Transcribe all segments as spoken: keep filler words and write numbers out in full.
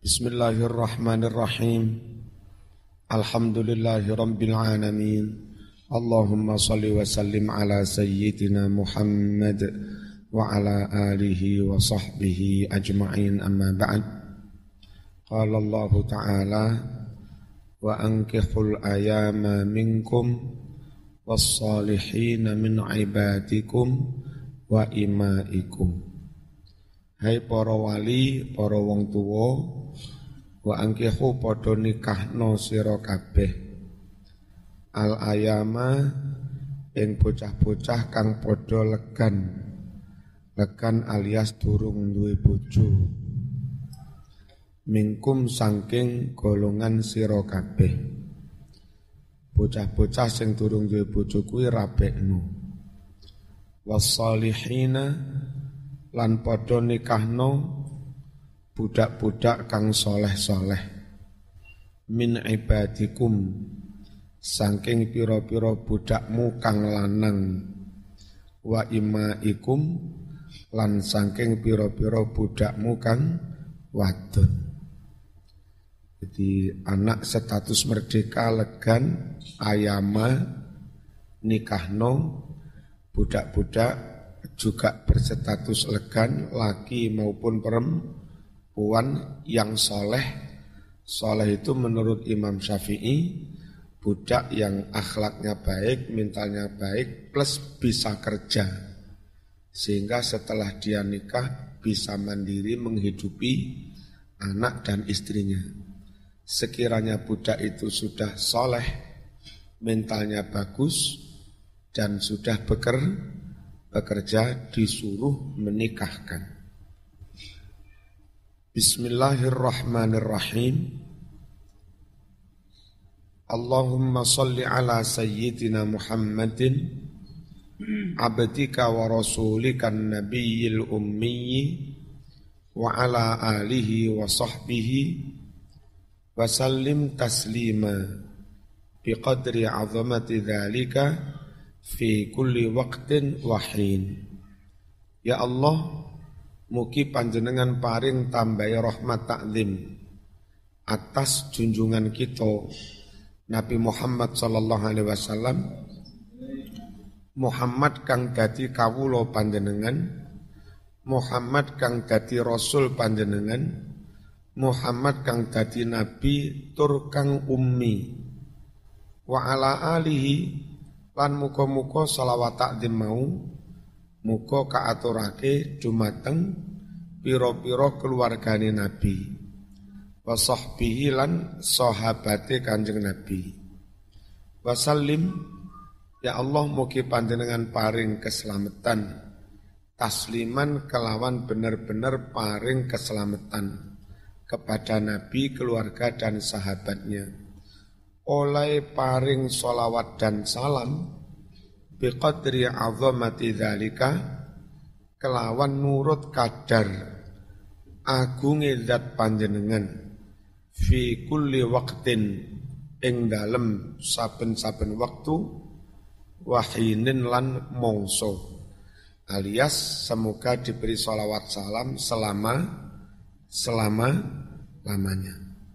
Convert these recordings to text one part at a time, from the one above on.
Bismillahirrahmanirrahim. Alhamdulillahi rabbil alamin. Allahumma salli wa sallim ala sayyidina Muhammad wa ala alihi wa sahbihi ajma'in, amma ba'd. Qala Allah ta'ala wa ankihul ayama minkum was-salihina min ibadikum wa imaikum. Hai para wali, para wong tuwa, wa angkihu padha nikahno sira kabeh al ayama ing bocah-bocah kang padha legan legan alias durung duwe bojo mingkum saking golongan sira kabeh. Bocah-bocah sing durung duwe bojo kuwi rabekno. Was-salihina lan padha nikahno budak-budak kang soleh-soleh min ibadikum saking pira-pira budakmu kang lanang wa imaikum lan saking pira-pira budakmu kang wadon. Jadi anak status merdeka legan ayama nikahno budak-budak juga berstatus legan laki maupun perempuan Puan yang soleh. Soleh itu menurut Imam Syafi'i budak yang akhlaknya baik, mentalnya baik, plus bisa kerja. Sehingga setelah dia nikah bisa mandiri menghidupi anak dan istrinya. Sekiranya budak itu sudah soleh, mentalnya bagus, dan sudah beker, bekerja, disuruh menikahkan. Bismillahirrahmanirrahim. Allahumma salli ala sayyidina Muhammadin abdika wa rasulika nabiyyil ummi wa ala alihi wa sahbihi wa sallim taslima biqadri azamati dhalika fi kulli waqtin wa hin. Ya Allah, mugi panjenengan paring tambahi rahmat takzim atas junjungan kita Nabi Muhammad sallallahu alaihi wasallam, Muhammad kang dadi kawula panjenengan, Muhammad kang dadi rasul panjenengan, Muhammad kang dadi nabi tur kang ummi, wa ala alihi lan muga-muga selawat takzim mau muga kaaturake dumateng pira-pira keluargane Nabi wa sahbihi lan sahabate Kanjeng Nabi. Wasallim, ya Allah mugi panjenengan paring keselamatan tasliman kelawan bener-bener paring keselamatan kepada Nabi, keluarga dan sahabatnya. Oleh paring sholawat dan salam biqadri azamati dzalika kelawan nurut kadar agunge zat panjenengan fi kulli waqtin ing dalem saben-saben waktu wahinin lan mongso, alias semoga diberi sholawat salam selama selama lamanya.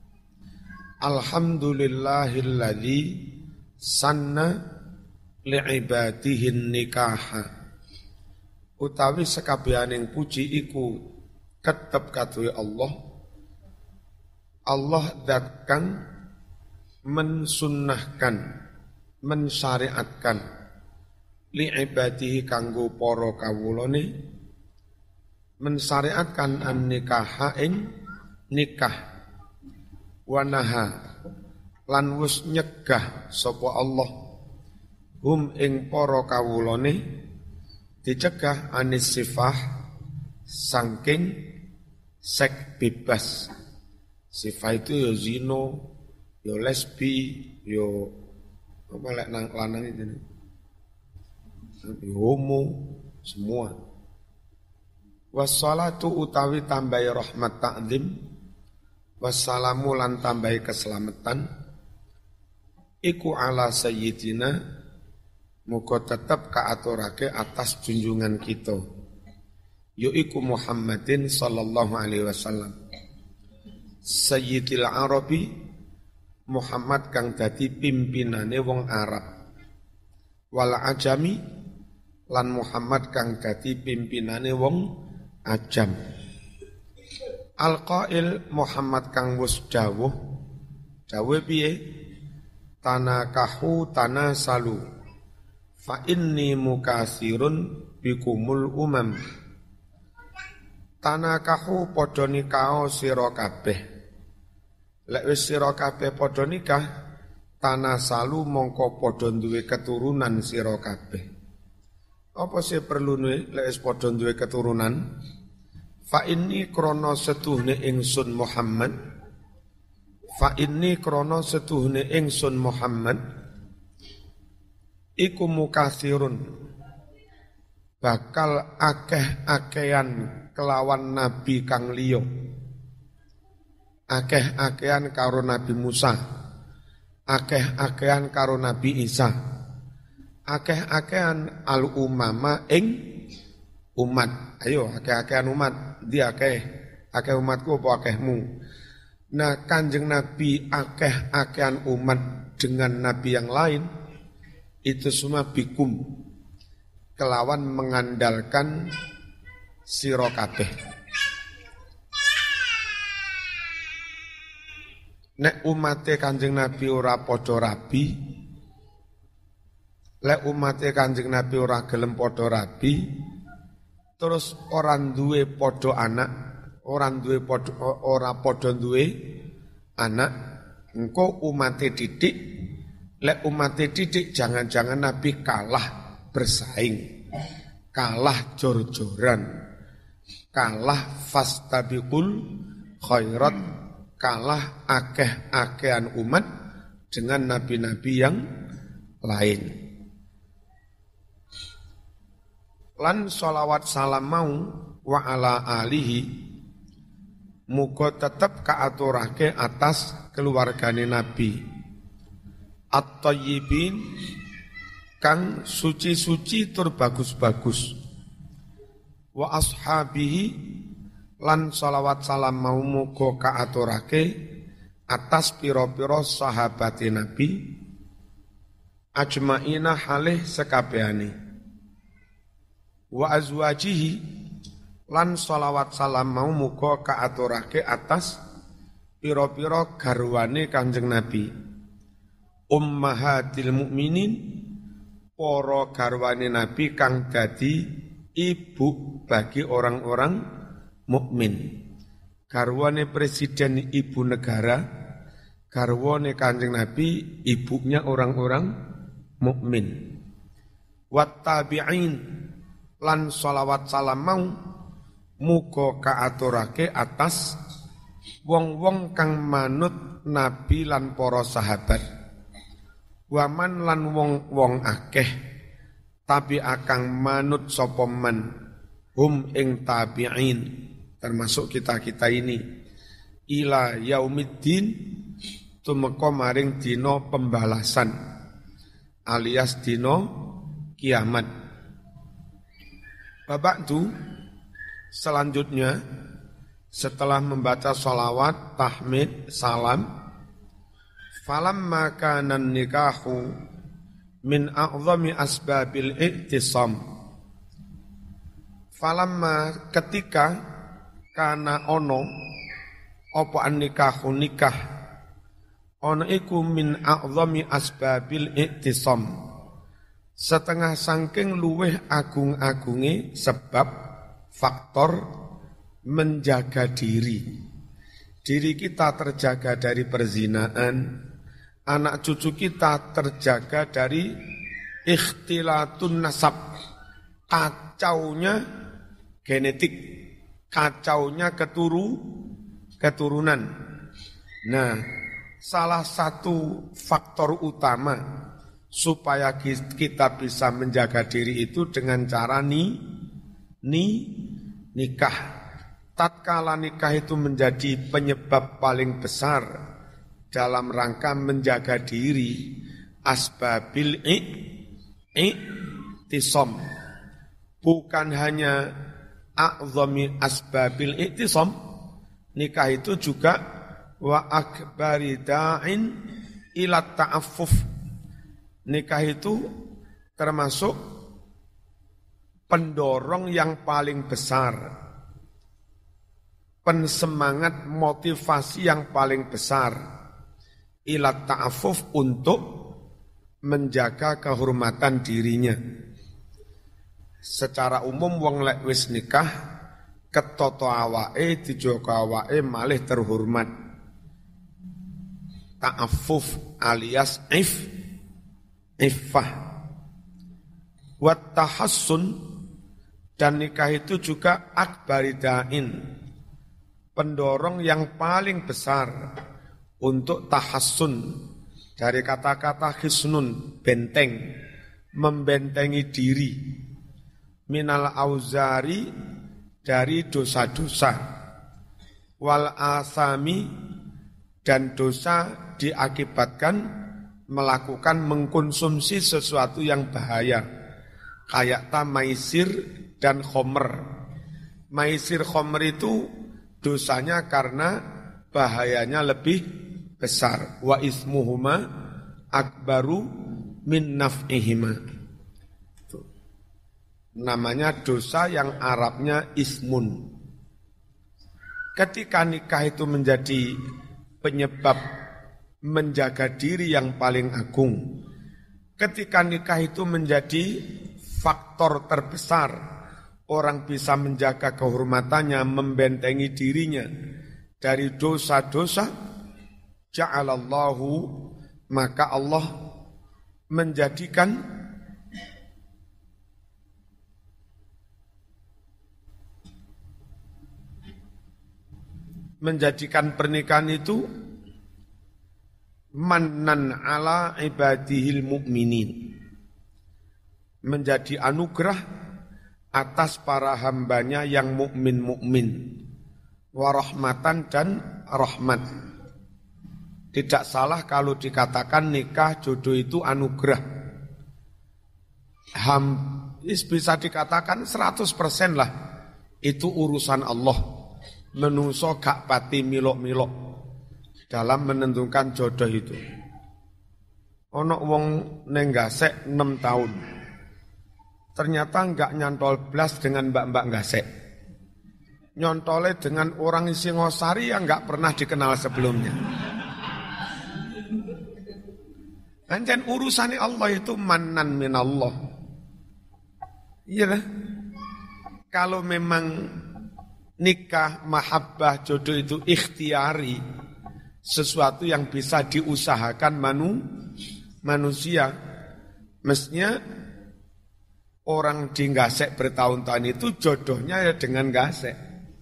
Alhamdulillahilladzi sanna li'ibadihin nikaha, utawi sekabianing puji iku tetep kaduwe Allah. Allah zat kang mensunnahkan, mensyariatkan li'ibadihi kanggo para kawulane, mensyariatkan an-nikaha ing nikah, wanaha lan wus nyegah sapa Allah hum ing para kawulane dicegah anis sifah saking seks bebas. Sifah itu ya zino, ya lesbi, ya apa lek lanang itu, ya homo, semua. Wassalatu utawi tambahi rahmat takzim, wassalamu lan tambahi keselamatan, iku ala sayyidina muga tetep kaaturake atas junjungan kita, yaiku Muhammadin sallallahu alaihi wasallam. Sayyidil Arabi Muhammad kang dadi pimpinane wong Arab wal ajami lan Muhammad kang dadi pimpinane wong ajam. Al-qail Muhammad kang wis dawuh dawuh piye tanakahu tanasalu fa inni mukasirun bikumul umam. Tanakahu padha nikah sira kabeh. Lek wis sira kabeh padha nikah, tanasalu mongko padha duwe keturunan sira kabeh. Apa sih perlu nuwe lek wis padha duwe keturunan? Fa inni krana setuhne ingsun Muhammad. Fa inni krana setuhne ingsun Muhammad iku mukasirun bakal akeh-akehan kelawan nabi kang liya. Akeh-akehan karo Nabi Musa, akeh-akehan karo Nabi Isa, akeh-akehan al umama ing umat. Ayo akeh-akehan umat, dia akeh, akeh umatku apa akehmu. Nah Kanjeng Nabi akeh-akehan umat dengan Nabi yang lain itu semua bikum kelawan mengandalkan sira kabeh. Nek umate Kanjeng Nabi ora padha rabi, lek umate Kanjeng Nabi ora gelem padha rabi, terus ora duwe padha anak, ora duwe padha ora padha duwe anak, engko umate didik, lek umate didik jangan-jangan Nabi kalah bersaing, kalah jor-joran, kalah fastabiqul khairat, kalah akeh-akehan umat dengan nabi-nabi yang lain. Lan sholawat salam mau wa ala alihi muga tetep kaaturake atas keluargane Nabi at-thayyibin kang suci-suci tur bagus-bagus wa ashabihi lan salawat salam mau muga kaaturake atas pira-pira sahabate Nabi ajmaina halih sekabehane wa azwajihi lan salawat salam mau muga kaaturake atas pira-pira garwane Kanjeng Nabi ummahatil mukminin para garwane Nabi kang dadi ibu bagi orang-orang mukmin. Garwane presiden ibu negara, garwane Kanjeng Nabi ibunya orang-orang mukmin. Wat tabi'in lan sholawat salam mau muga kaaturake atas wong-wong kang manut Nabi lan para sahabat. Waman lan wong-wong akeh tapi akang manut sapa man hum ing tabi'in termasuk kita-kita ini ila yaumiddin tumeka maring dina pembalasan alias dina kiamat. Babak itu selanjutnya setelah membaca sholawat, tahmid, salam, falamma kana nikahu min a'zami asbabil i'tisam. Falamma ketika kana ono apa nikahu nikah ono iku min a'zami asbabil i'tisam setengah sangking luweh agung-agunge sebab faktor menjaga diri. Diri kita terjaga dari perzinaan, anak cucu kita terjaga dari ikhtilatun nasab, kacaunya genetik, kacaunya keturu, keturunan. Nah, salah satu faktor utama supaya kita bisa menjaga diri itu dengan cara ni, ni, nikah. Tatkala nikah itu menjadi penyebab paling besar dalam rangka menjaga diri, asbabil i'tisam. Bukan hanya a'zami asbabil i'tisam, nikah itu juga wa akbari da'in ila ta'affuf. Nikah itu termasuk pendorong yang paling besar, pensemangat motivasi yang paling besar ila ta'affuf untuk menjaga kehormatan dirinya. Secara umum wong lek wis nikah ketoto awake dijogo awake malih terhormat. Ta'affuf alias if iffah. Wa tahassun, dan nikah itu juga akbaridain, pendorong yang paling besar untuk tahassun, dari kata-kata hisnun, benteng, membentengi diri, minal auzari, dari dosa-dosa, wal asami, dan dosa diakibatkan melakukan mengkonsumsi sesuatu yang bahaya, kayak tamaisir dan khomer. Maisir khomer itu dosanya karena bahayanya lebih besar. Wa ismuhuma akbaru min naf'ihima. Namanya dosa yang Arabnya ismun. Ketika nikah itu menjadi penyebab menjaga diri yang paling agung, ketika nikah itu menjadi faktor terbesar orang bisa menjaga kehormatannya, membentengi dirinya dari dosa-dosa, ja'alallahu, maka Allah menjadikan menjadikan pernikahan itu mannan ala ibadihil mu'minin, menjadi anugerah atas para hambanya yang mukmin-mukmin, warahmatan dan rahmat. Tidak salah kalau dikatakan nikah jodoh itu anugerah. Ham, bisa dikatakan seratus persen lah itu urusan Allah. Menungso gak pati milok-milok dalam menentukan jodoh itu. Ono wong nenggasek enam tahun, ternyata enggak nyantol blas dengan mbak-mbak gasek. Nyontole dengan orang Singosari yang enggak pernah dikenal sebelumnya. Anjen urusannya Allah itu manan minallah. Iya lah. Kalau memang nikah, mahabbah, jodoh itu ikhtiari, sesuatu yang bisa diusahakan manu, manusia. Mestinya orang di gasek bertahun-tahun itu jodohnya ya dengan gasek.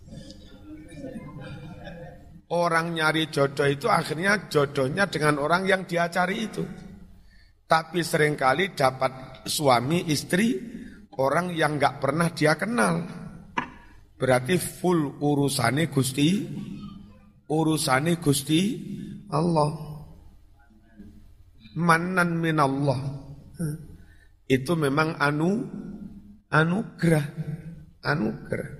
Orang nyari jodoh itu akhirnya jodohnya dengan orang yang dia cari itu. Tapi seringkali dapat suami, istri, orang yang gak pernah dia kenal. Berarti full urusane Gusti, urusane Gusti Allah. Manan minallah. Itu memang anu, anugerah, anugerah.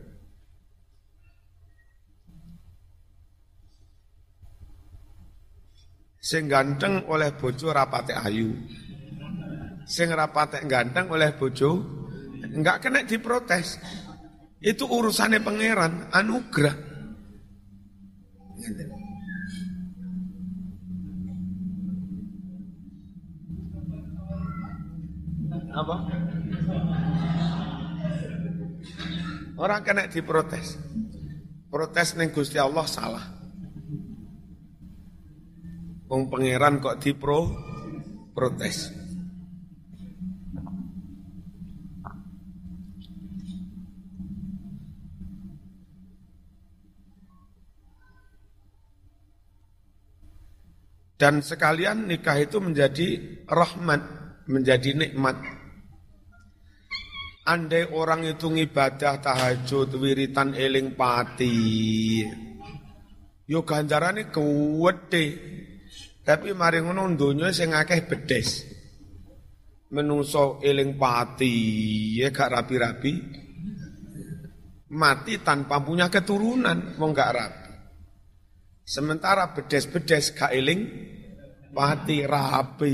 Sing ganteng oleh bojo rapate ayu. Sing rapate ganteng oleh bojo enggak kena diprotes. Itu urusannya pangeran, anugerah. Apa? Orang kena diprotes. Protes ning Gusti Allah salah. Wong pangeran kok dipro protes. Dan sekalian nikah itu menjadi rahmat, menjadi nikmat. Andai orang itu ngibadah tahajud, wiritan eling pati, yo ganjarane kuwedhe. Tapi mari ngono donya sing akeh bedes. Menungso eling pati, ya gak rapi-rapi. Mati tanpa punya keturunan, wong gak rapi. Sementara bedes-bedes gak eling pati rapi.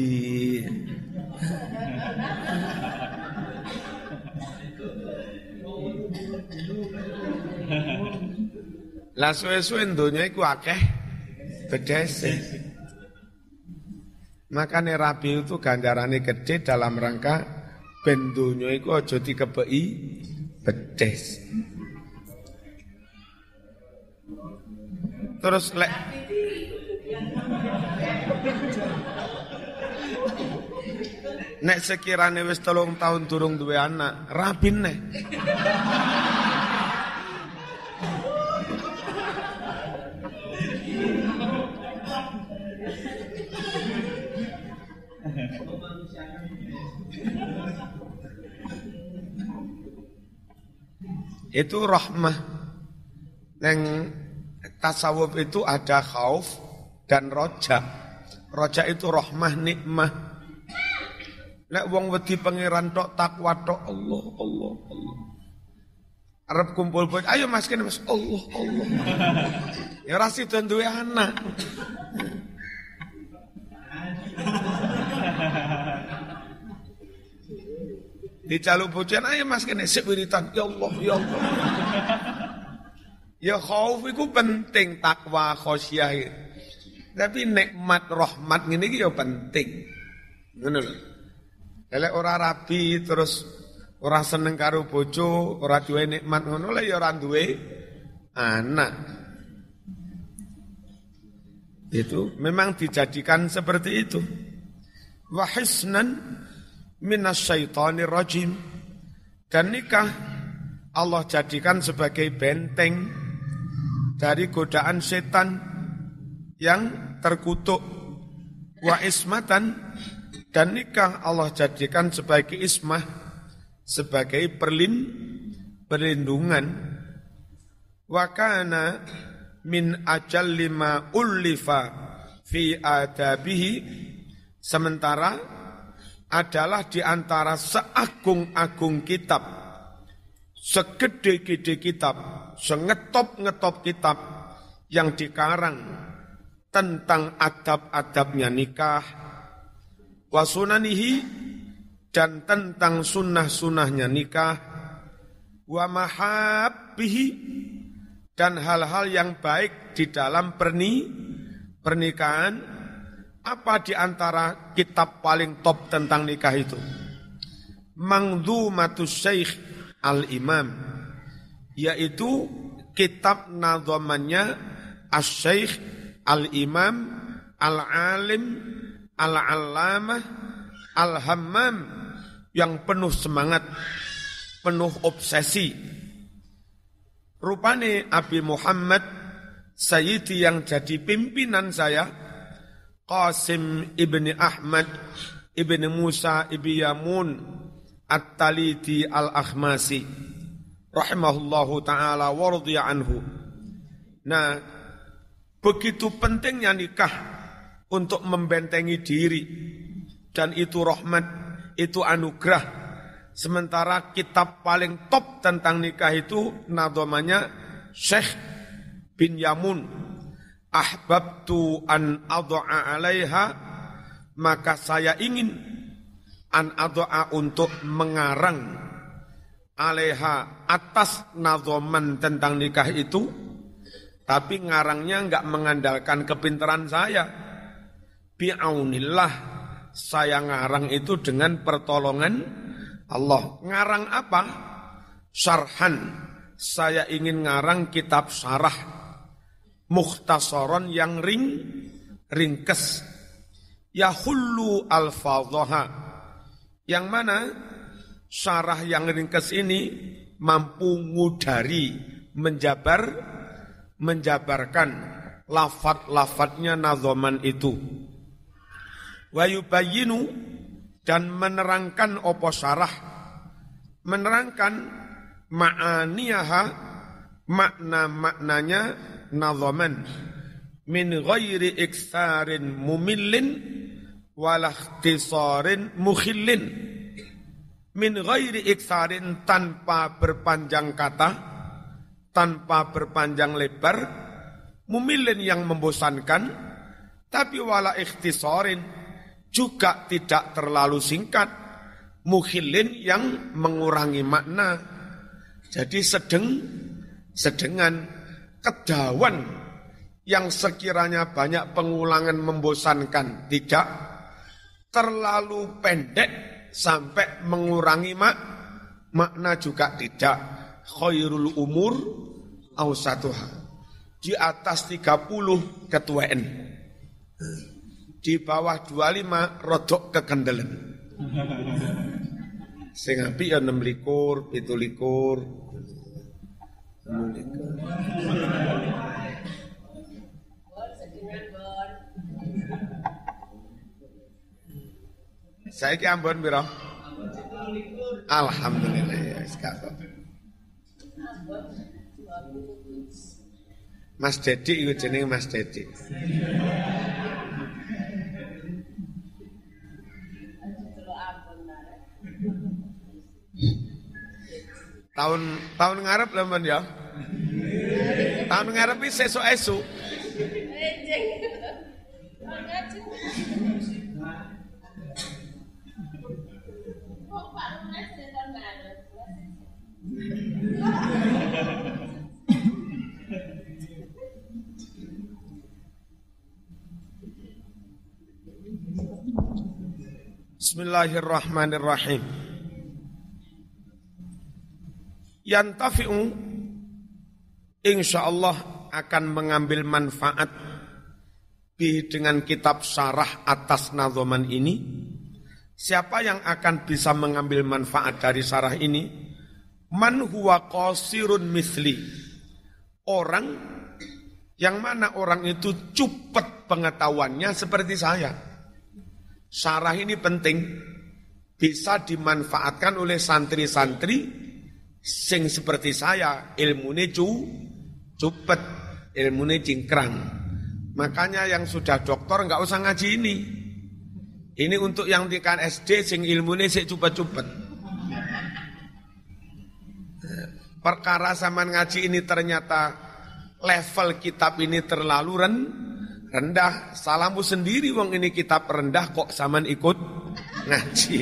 Lah suwe-suwe donya iku akeh bedese. Makane rabi itu ganjarane gede dalam rangka ben donya iku aja dikebeki bedes. Terus lek nek sekirane wis telung tahun durung duwe anak, rabin neh. Itu rahmah. Neng tasawuf itu ada khauf dan roja. Roja itu rahmah nikmah. Nek wong wedi pangeran tok takwa tok Allah Allah Allah. Arep kumpul bojo, ayo Mas kene Mas Allah Allah. Ya ora sida duwe anak. Dicaluk bojan, ayo Mas kene sik wiritan, ya Allah, ya Allah. Ya khauf iku penting, takwa khosyah. Tapi nikmat rahmat ngene iki ya penting. Ngono lho. Lek ora rabi terus ora seneng karo bojo, ora duwe nikmat ngono lha ya ora duwe anak. Itu memang dijadikan seperti itu. Wa hisnan minasyaitonir rajim. Dan nikah Allah jadikan sebagai benteng dari godaan setan yang terkutuk. Wa ismatan, dan nikah Allah jadikan sebagai ismah, sebagai perlin, perlindungan. Wa kana min ajalli ma ullifa fi adabihi, sementara adalah di antara seagung-agung kitab, segede-gede kitab, sengetop-ngetop kitab yang dikarang tentang adab-adabnya nikah, wasunanihi, dan tentang sunnah-sunnahnya nikah, wa mahabbihi, dan hal-hal yang baik di dalam perni, pernikahan. Apa di antara kitab paling top tentang nikah itu? Mangdhumatus Syekh Al-Imam, yaitu kitab nadhamannya Asy-Syaikh Al-Imam Al-Alim Al-Allamah Al-Hammam, yang penuh semangat, penuh obsesi. Rupane Abi Muhammad Sayyidi yang jadi pimpinan saya, Qasim ibni Ahmad ibni Musa ibni Yamun At-Taliti Al-Akhmasi rahimahullahu ta'ala wa radhiya anhu. Nah, begitu pentingnya nikah untuk membentengi diri, dan itu rahmat, itu anugerah. Sementara kitab paling top tentang nikah itu nadhamanya Syekh bin Yamun, ahbabtu an adha'a alaiha, maka saya ingin an adha'a, untuk mengarang, alaiha, atas nadhaman tentang nikah itu. Tapi ngarangnya enggak mengandalkan kepintaran saya. Bi'aunillah, saya ngarang itu dengan pertolongan Allah. Ngarang apa? Syarhan, saya ingin ngarang kitab syarah mukhtasaron yang ring, ringkes, yahullu alfadhaha, yang mana syarah yang ringkes ini mampu ngudari, menjabar, menjabarkan lafaz-lafaznya nadhaman itu. Wa yubayyinu, dan menerangkan opo syarah, menerangkan ma'aniyaha, makna-maknanya nadhaman, min ghairi iksarin mumillin wala ikhtisarin mukhillin. Min ghairi iksarin, tanpa berpanjang kata, tanpa berpanjang lebar, mumilin yang membosankan, tapi wala ikhtisarin juga tidak terlalu singkat, mukhilin yang mengurangi makna. Jadi sedeng, sedengan, kedawan yang sekiranya banyak pengulangan membosankan, tidak terlalu pendek sampai mengurangi mak, makna juga tidak. Khairul umur awsatuha. Di atas tiga puluh ketuaan. Di bawah dua puluh lima rodok kekendelen. Sing apik ya enam likur, pitu likur. Saya ki ambon piro? Alhamdulillah ya sekarang. Mas Dedi itu jenenge Mas Dedi. Tahun tahun ngarep lemon ya. Tahun ngarep iki sesuk-esuk. Bismillahirrahmanirrahim. Yantafi'u insyaallah akan mengambil manfaat bi dengan kitab syarah atas nadhaman ini. Siapa yang akan bisa mengambil manfaat dari syarah ini? Man huwa qasirun misli. Orang yang mana orang itu cepat pengetahuannya seperti saya. Syarah ini penting, bisa dimanfaatkan oleh santri-santri sing seperti saya, ilmune cu, cepet, ilmune cingkrang. Makanya yang sudah doktor enggak usah ngaji ini. Ini untuk yang tingkat S D sing ilmune sik cepet-cepet. Perkara zaman ngaji ini ternyata level kitab ini terlalu rendah. Salahmu sendiri wong ini kitab rendah kok zaman ikut ngaji.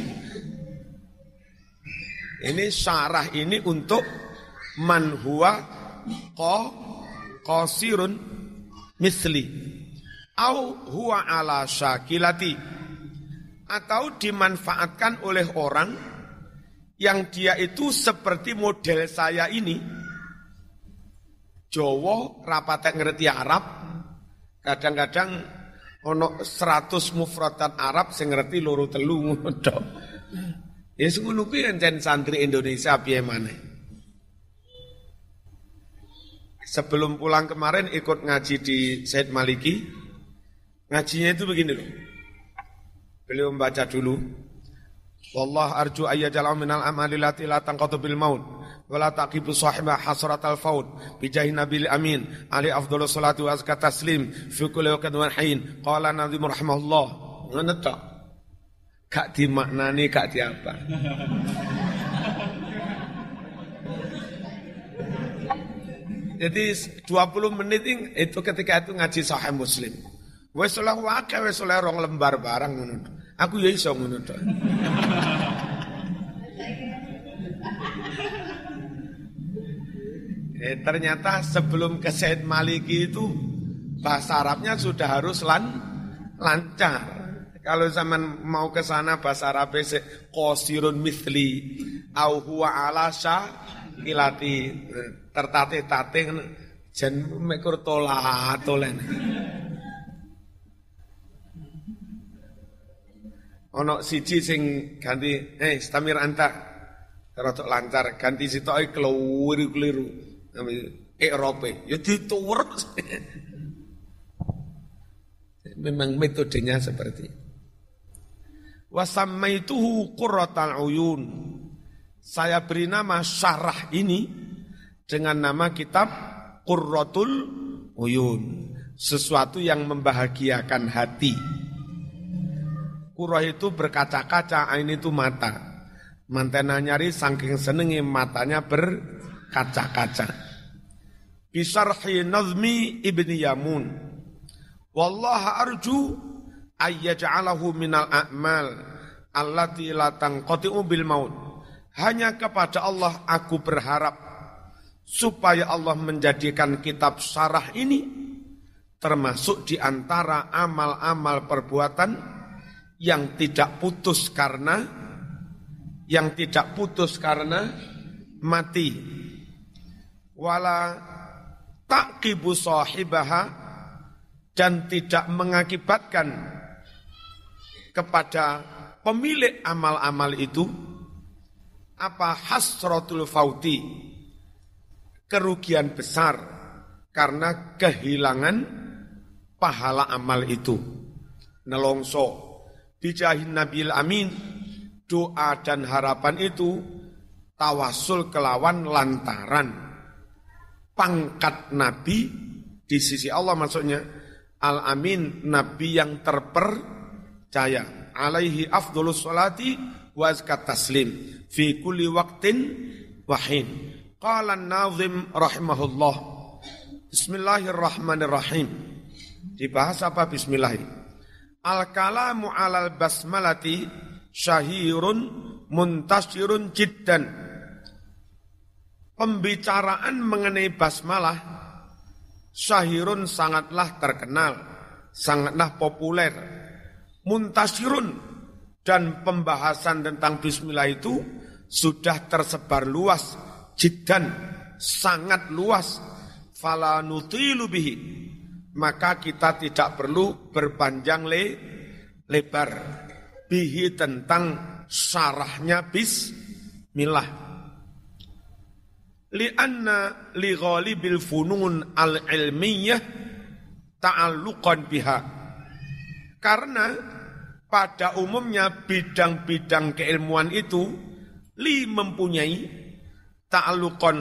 Ini syarah ini untuk man huwa qa qasirun misli au huwa ala syakilati, atau dimanfaatkan oleh orang yang dia itu seperti model saya ini. Jawa rapatek ngerti Arab, kadang-kadang ono seratus mufradat Arab sing ngerti loro telu ngono tok. Ya ngono kuwi encen santri Indonesia piye maneh. Sebelum pulang kemarin ikut ngaji di Said Maliki. Ngajinya itu begini loh. Beliau membaca dulu. Wallah arju ayyajal minal amali lati la tanqatu bil maut wa la taqibu sahibah hasratal faut bi jahi nabil amin ali afdhalus salatu wa azka taslim fi kulli waqtin wa hin qala nazim rahimahullah. Ngono tok. Gak dimaknani, gak diapa. Jadi dua puluh menit itu ketika itu ngaji Sahih Muslim. Wes oleh wae wes oleh rong lembar barang ngono. Aku ya iso ngono tok. Eh, ternyata sebelum ke Said Maliki itu bahasa Arabnya sudah harus lan, lancar. Kalau zaman mau ke sana bahasa Arabnya qasirun mithli au huwa ala syakilati, tertate-tate jen mekur tola tolen. Ono siji sing ganti eh stamir anta rodok lancar ganti sitoke keliru-keliru. Erope ya dituwur. Memang metodenya seperti itu. Wasammaituhu qurratal uyun. Saya beri nama syarah ini dengan nama kitab Qurratul Uyun, sesuatu yang membahagiakan hati. Qurrah itu berkaca-kaca, ain itu mata. Mantena nyari saking senengi matanya berkaca-kaca. bisarhi nazmi ibni Yamun. Wallaha arju ayyaj'alahu minal a'mal allati la tanqati'u bil maut. Hanya kepada Allah aku berharap supaya Allah menjadikan kitab syarah ini termasuk di antara amal-amal perbuatan yang tidak putus karena yang tidak putus karena mati. Wala taqibu sahibaha, dan tidak mengakibatkan kepada pemilik amal-amal itu apa hasratul fauti, kerugian besar karena kehilangan pahala amal itu. Nelongso bijahin Nabil Amin, doa dan harapan itu tawasul kelawan lantaran pangkat Nabi di sisi Allah, maksudnya Al-Amin, Nabi yang terpercaya, alaihi afdolus sholati wa azkat taslim fi kulli waqtin wahin. Qala an-nazim rahimahullah, bismillahirrahmanirrahim. Dibahas apa bismillah? Al-kalamu alal basmalati syahirun muntasirun jiddan. Pembicaraan mengenai basmalah syahirun sangatlah terkenal, sangatlah populer. Muntasirun, dan pembahasan tentang bismillah itu sudah tersebar luas, jiddan, sangat luas. Fala nutilu bihi, maka kita tidak perlu berpanjang le, lebar bihi tentang syarahnya bismillah. Lianna li ghalibil funun al-ilmiyah ta'alluqan biha, karena pada umumnya bidang-bidang keilmuan itu li mempunyai ta'alluqan,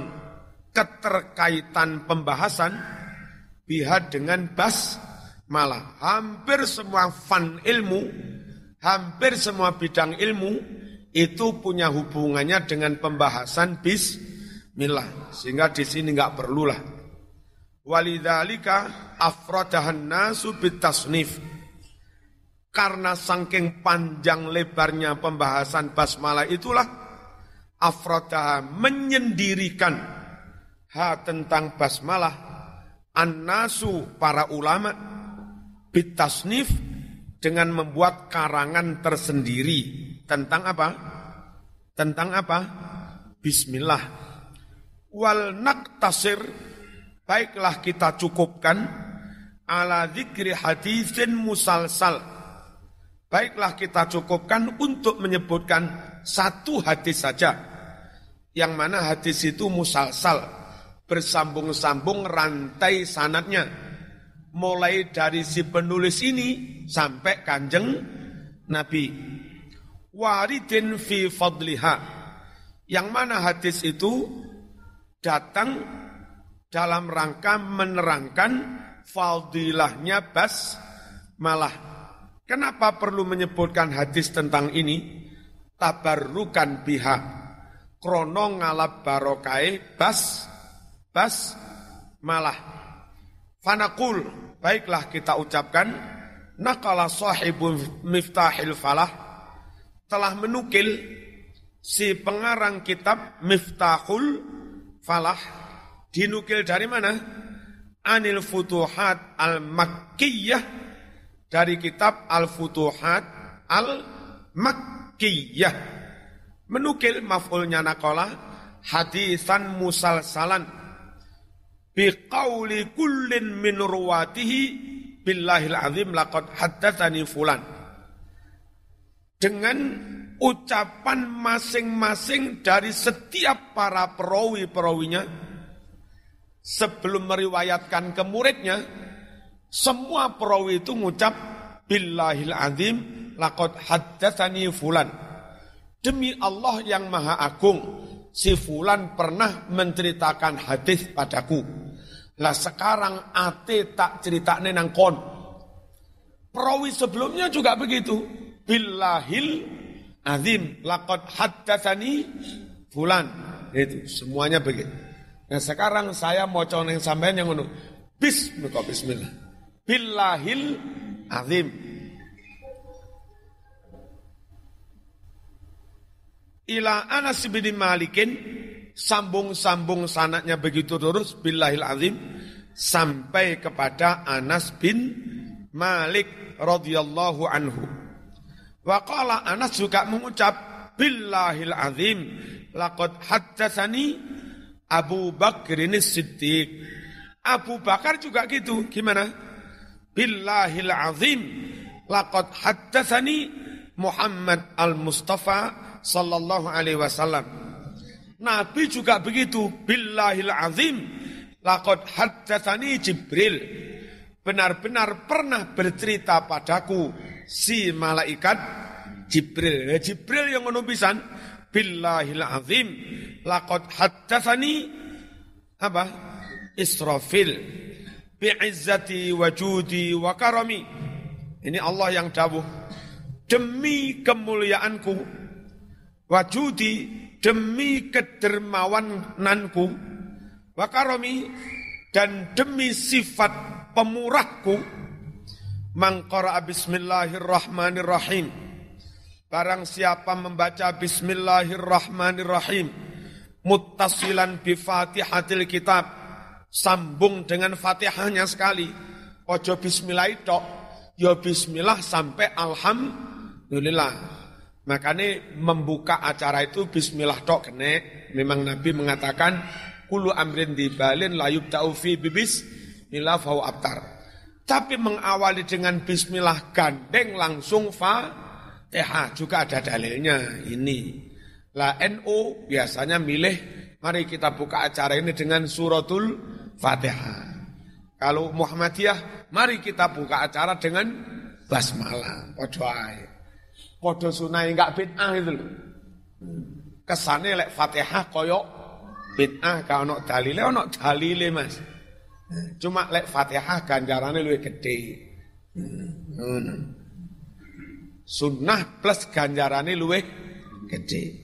keterkaitan pembahasan biha dengan basmalah. Hampir semua fan ilmu, hampir semua bidang ilmu itu punya hubungannya dengan pembahasan bismillah, sehingga di sini enggak perlulah. Walidzalika afradahan nasu bitasnif, karena saking panjang lebarnya pembahasan basmalah itulah afradaha, menyendirikan ha tentang basmalah an-nasu, para ulama, bitasnif, dengan membuat karangan tersendiri tentang apa? Tentang apa? Bismillah. Wal naqtasir, baiklah kita cukupkan ala dzikri hadisin musalsal. Baiklah kita cukupkan untuk menyebutkan satu hadis saja, yang mana hadis itu musalsal, bersambung-sambung rantai sanadnya, mulai dari si penulis ini sampai Kanjeng Nabi. Waridin fi fadliha, yang mana hadis itu datang dalam rangka menerangkan fadilahnya basmalah. Kenapa perlu menyebutkan hadis tentang ini? Tabarrukan biha, krono ngalap barokai bas bas malah. Fanaqul, baiklah kita ucapkan, naqala sahibu Miftahil Falah, telah menukil si pengarang kitab Miftahul Falah, dinukil dari mana? Anil Futuhat Al-Makkiyah, dari kitab Al-Futuhat Al-Makkiyah. Menukil maf'ulnya naqala, hadisan musalsalan biqauli kullin min ruwatihi billahil azim laqad haddatsani fulan, dengan ucapan masing-masing dari setiap para perawi-perawinya sebelum meriwayatkan ke muridnya. Semua perawi itu ngucap billahil azim laqad haddatsani fulan, demi Allah yang maha agung, si fulan pernah menceritakan hadis padaku. Lah sekarang ate tak ceritane nang kon. Perawi sebelumnya juga begitu. Billahil azim laqad haddatsani fulan. Itu semuanya begitu. Nah sekarang saya mau coneng sampean yang ngono. Bismillah, bismillah. Billahil azim. Ila Anas bin Malikin, sambung-sambung sanadnya begitu terus, billahil azim, sampai kepada Anas bin Malik radhiyallahu anhu. Wa qala Anas juga mengucap billahil azim laqad haddatsani Abu Bakrin Siddiq. Abu Bakar juga gitu. Gimana? Billahil azim laqad haddatsani Muhammad al-Mustafa sallallahu alaihi wasallam. Nabi juga begitu. Billahil azim laqad haddatsani Jibril. Benar-benar pernah bercerita padaku si malaikat Jibril. Ya, Jibril yang ngono pisan. Billahil azim laqad haddatsani apa? Israfil bi'izzati wajudi wa karami. Ini Allah yang dawuh. Demi kemuliaanku, wajudi, demi kedermawananku, wa karami, dan demi sifat pemurahku, man qara'a bismillahirrahmanirrahim. Barang siapa membaca bismillahirrahmanirrahim, muttasilan bi Fatihatil kitab, sambung dengan Fatihahnya sekali. Ojo bismillah tok, ya bismillah sampai alhamdulillah. Makanya membuka acara itu bismillah tok kene. Memang Nabi mengatakan kullu amrin dibalin la yubda'u fi bismillah fa abtar. Tapi mengawali dengan bismillah gandeng langsung Fatihah juga ada dalilnya ini. La N U biasanya milih mari kita buka acara ini dengan suratul Fatihah. Kalau Muhammadiyah, mari kita buka acara dengan basmalah. Podo ae. Podo sunah enggak bid'ah itu lho. Kesane lek Fatihah koyok bid'ah ka ono dalile, ono dalile Mas. Cuma lek Fatihah ganjarane luwih gede. Sunnah plus ganjarane luwih gede.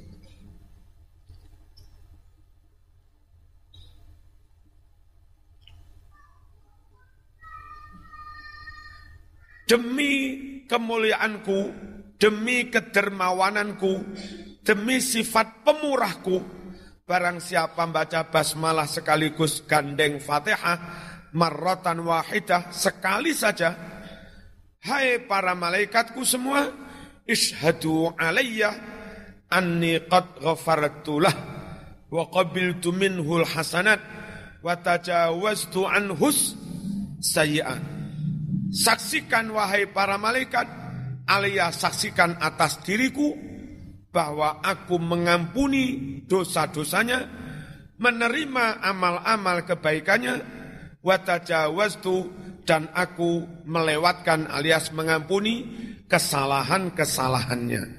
Demi kemuliaanku, demi kedermawananku, demi sifat pemurahku, barang siapa membaca basmalah sekaligus gandeng Fatihah, marratan wahidah, sekali saja, hai para malaikatku semua, ishhadu alayya anni qad ghafartu lah wa qabiltu minhul hasanat wa tajawaztu anhus sayyi'at. Saksikan wahai para malaikat, alias saksikan atas diriku bahwa aku mengampuni dosa-dosanya, menerima amal-amal kebaikannya, wa tajawaztu, dan aku melewatkan alias mengampuni kesalahan-kesalahannya.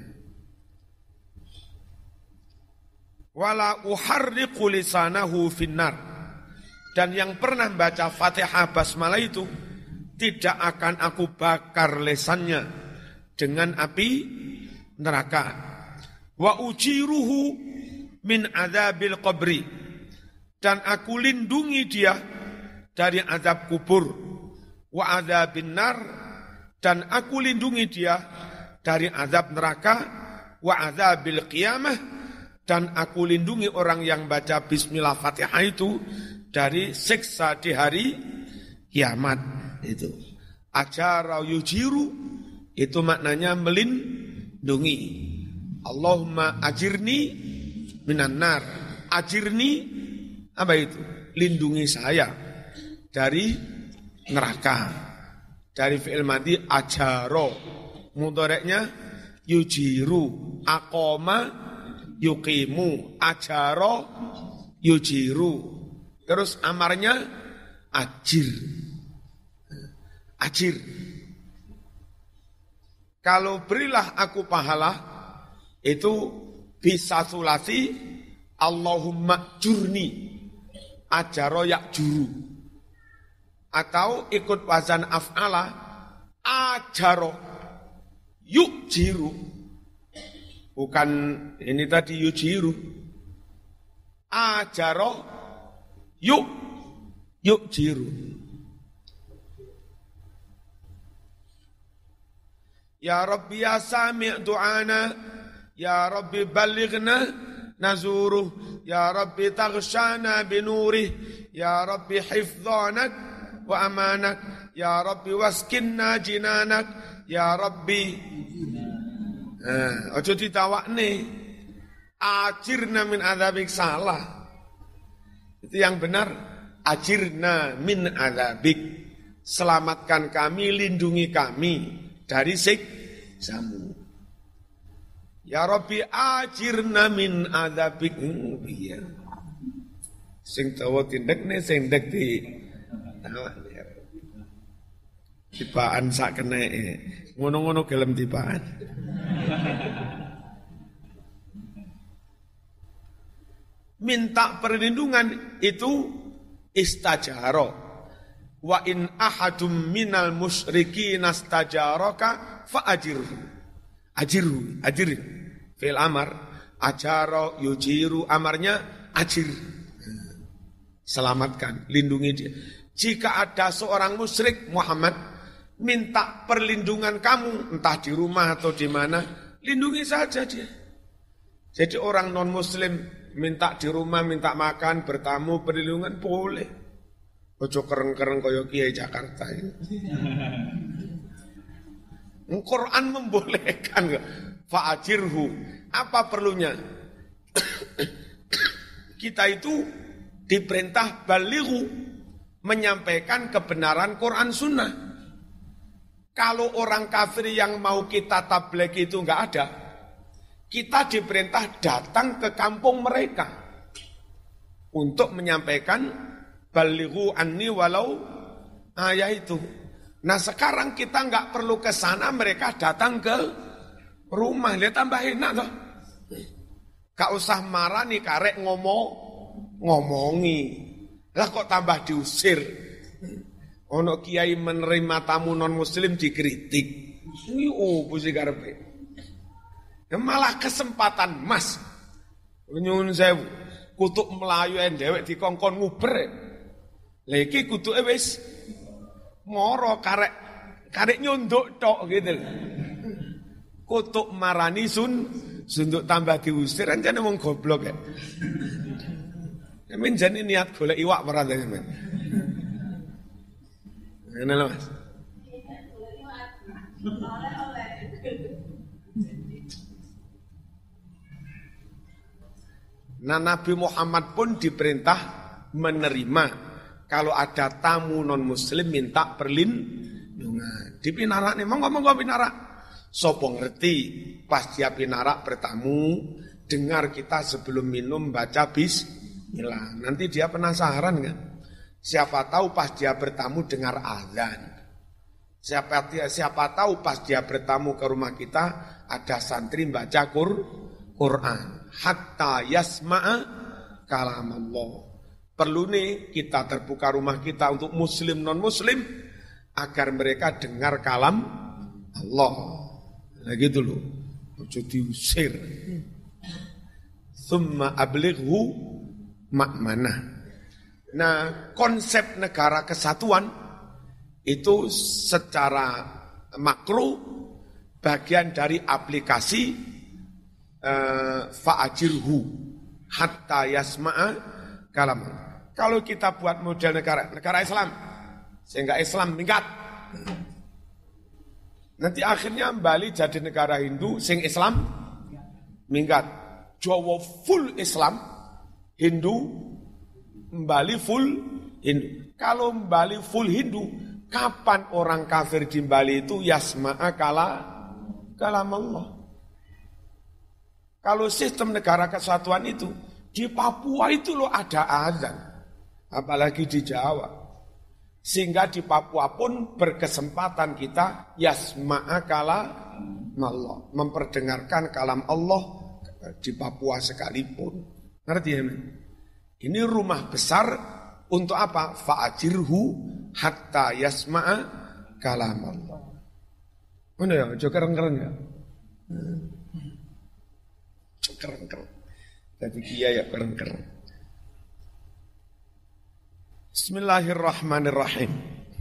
Wala uharriqu lisanahu finnar, dan yang pernah baca Fatihah basmalah itu tidak akan aku bakar lesannya dengan api neraka. Wa ujiruhu min adzabil qabri, dan aku lindungi dia dari azab kubur. Wa adzabin nar, dan aku lindungi dia dari azab neraka. Wa adzabil qiyamah, dan aku lindungi orang yang baca bismillah Fatihah itu dari siksa di hari kiamat. Itu acara yujiru itu maknanya melindungi. Allahumma ajirni minan nar. Ajirni apa itu? Lindungi saya dari neraka. Dari fi'il madhi ajaro, mudhari'nya yujiru, aqama yuqimu, ajaro yujiru. Terus amarnya ajir. Ajir. Kalau berilah aku pahala, itu bisa sulasi Allahumma jurni, ajaro yak juru. Atau ikut wazan af'ala, ajaro yuk jiru. Bukan ini tadi yuk jiru. Ajaro Yuk, yuk jiru. Ya Rabbi ya sami' du'ana, ya Rabbi balighna nazuruh, ya Rabbi taghshana binurih, ya Rabbi hifdhanak wa amanak, ya Rabbi waskinna jinanak, ya Rabbi. Nah, ojo ditawakne. Ajirna min adzabik, salah. Itu yang benar. Ajirna min adzabik. Selamatkan kami, lindungi kami dari siksamu. Ya Rabbi ajirna min adzabik. Iya. Sing dawa tindekne sing ndek di tibaan sak keneke. Ngono-ngono gelem tibaan. Minta perlindungan itu istajaro. Wa in ahadum minal musyrikin astajaraka fa ajirhu. Ajirhu, ajir. Fil amar, ajaro yujiru, amarnya ajir. Selamatkan, lindungi dia. Jika ada seorang musyrik Muhammad minta perlindungan kamu, entah di rumah atau di mana, lindungi saja dia. Jadi orang non muslim minta di rumah, minta makan, bertamu, perlindungan boleh. Ojo kereng-kereng kaya Kiai Jakarta ini. Al-Quran membolehkan. Fa'ajirhu. Apa perlunya? Kita itu diperintah balighu, menyampaikan kebenaran Quran Sunnah. Kalau orang kafir yang mau kita tabligh itu enggak ada, kita diperintah datang ke kampung mereka untuk menyampaikan balighu anni walau ayat itu. Nah sekarang kita enggak perlu ke sana, mereka datang ke rumah. Lihat tambah enak toh. Gak usah marah nih karek ngomong ngomongi. Lah kok tambah diusir. Ono kiai menerima tamu non muslim dikritik. Oh pusi karepe. Malah kesempatan mas. Nyuwun sewu. Kutuk Melayu en dhewek dikongkon nguber. Lah iki kutuke wis moro karek karek nyunduk tok gitu. Kutuk marani sun sunduk tambah diusir anjane wong goblok ya. Men jane niat golek iwak ora ta men. Ngene lho Mas. Nah Nabi Muhammad pun diperintah menerima kalau ada tamu non muslim minta perlindungan. Di pinarak nih, monggo-monggo pinarak. Sopo ngerti pas dia pinarak bertamu, dengar kita sebelum minum baca bismillah. Nanti dia penasaran kan? Siapa tahu pas dia bertamu dengar azan. Siapa siapa tahu pas dia bertamu ke rumah kita ada santri baca Quran. Hatta yasma'a kalam Allah. Perlu nih kita terbuka rumah kita untuk muslim non muslim agar mereka dengar kalam Allah. Nah gitu loh. Ojo diusir. Tsumma ablighu ma'manah. Nah, konsep negara kesatuan itu secara makro bagian dari aplikasi uh, fa'ajirhu hatta yasma'a kalam. Kalau kita buat model negara negara Islam, sehingga Islam minggat. Nanti akhirnya Bali jadi negara Hindu, sing Islam minggat. Jawa full Islam, Hindu, Bali full Hindu. Kalau Bali full Hindu, kapan orang kafir di Bali itu yasma'a kala kalam Allah? Kalau sistem negara kesatuan itu, di Papua itu loh ada azan. Apalagi di Jawa. Sehingga di Papua pun berkesempatan kita yasma'a kalam Allah. Memperdengarkan kalam Allah di Papua sekalipun. Ngerti ya? Ini rumah besar untuk apa? Fa'ajirhu hatta yasma'a kalam Allah. Mana ya? Jauh keren-keren ya? Keren-keren. Jadi kiai ya keren-keren. Bismillahirrahmanirrahim.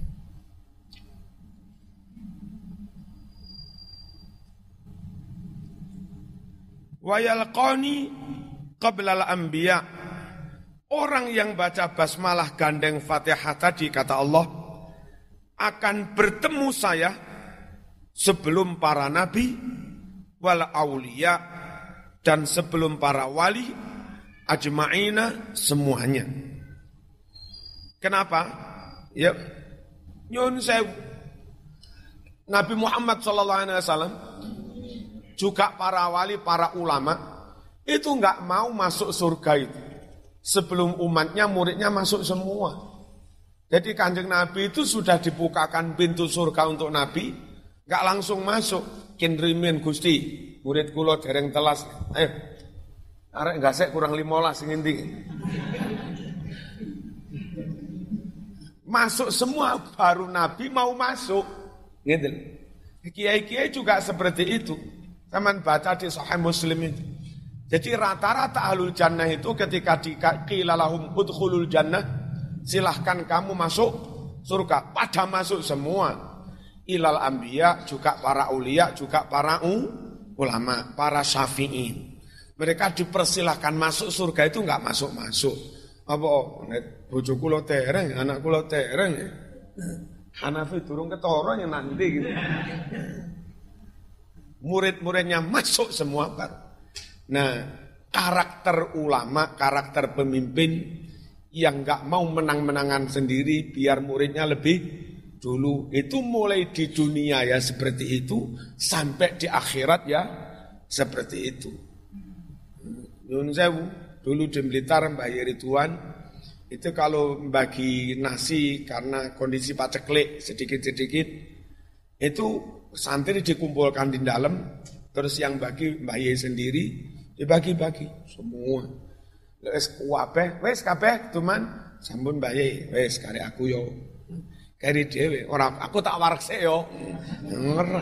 Wa yalqani qabla al-anbiya. Orang yang baca basmalah gandeng Fatihah tadi kata Allah akan bertemu saya sebelum para nabi wal auliya dan sebelum para wali ajma'ina semuanya. Kenapa? Ya, nyun sewu. Nabi Muhammad shallallahu alaihi wasallam juga para wali, para ulama itu enggak mau masuk surga itu sebelum umatnya, muridnya masuk semua. Jadi Kanjeng Nabi itu sudah dibukakan pintu surga untuk Nabi, enggak langsung masuk. Kinrimin Gusti, murid kula dereng telas. Ayo, arek gasek kurang limolas ngendi. Masuk semua, baru Nabi mau masuk. Gitu. Kiai-kiai juga seperti itu. Taman baca di Sahih Muslim itu. Jadi rata-rata ahlul jannah itu ketika qila lahum udkhulul jannah, silahkan kamu masuk surga. Pada masuk semua. Ilal anbiya, juga para ulia, juga para ulama, para syafi'in. Mereka dipersilahkan masuk surga itu enggak masuk-masuk. Apa bojo kula tereng, anak kula tereng. Hanafi durung ketara yang nanti gitu. Murid-muridnya masuk semua baru. Nah, karakter ulama, karakter pemimpin yang enggak mau menang-menangan sendiri biar muridnya lebih dulu. Itu mulai di dunia ya seperti itu sampai di akhirat ya seperti itu. Nyun sewu. Dulu di Blitar Mbah Ridwan itu kalau bagi nasi karena kondisi paceklik sedikit-sedikit itu santri dikumpulkan di dalam, terus yang bagi Mbah Ye sendiri dibagi-bagi semua. Wes kabeh, wes kabeh cuman sampun Mbah Ye, wes kare aku yo. Kare dhewe ora aku tak warekse yo. Ngerah.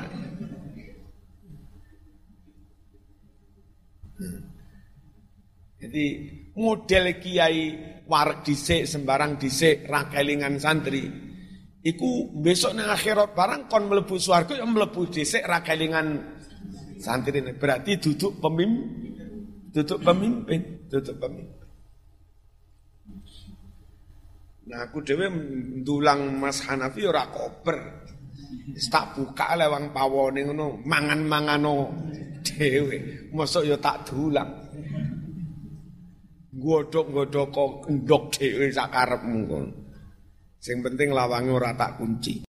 Jadi model kiai wareg dhisik sembarang dhisik ra kelingan santri iku besok nang akhirat barang kon mlebu swarga ya mlebu dhisik ra kelingan santri. Berarti duduk pemimpin, duduk pemimpin, duduk pemimpin. Nah aku dhewe ndulang Mas Hanafi ora kober. Wis tak buka lewang pawone ngono, mangan-mangano dhewe. Mosok ya tak dulang. Godhok-godhok kok endhok dhewe sak karepmu kon. Sing penting lawange ora tak kunci.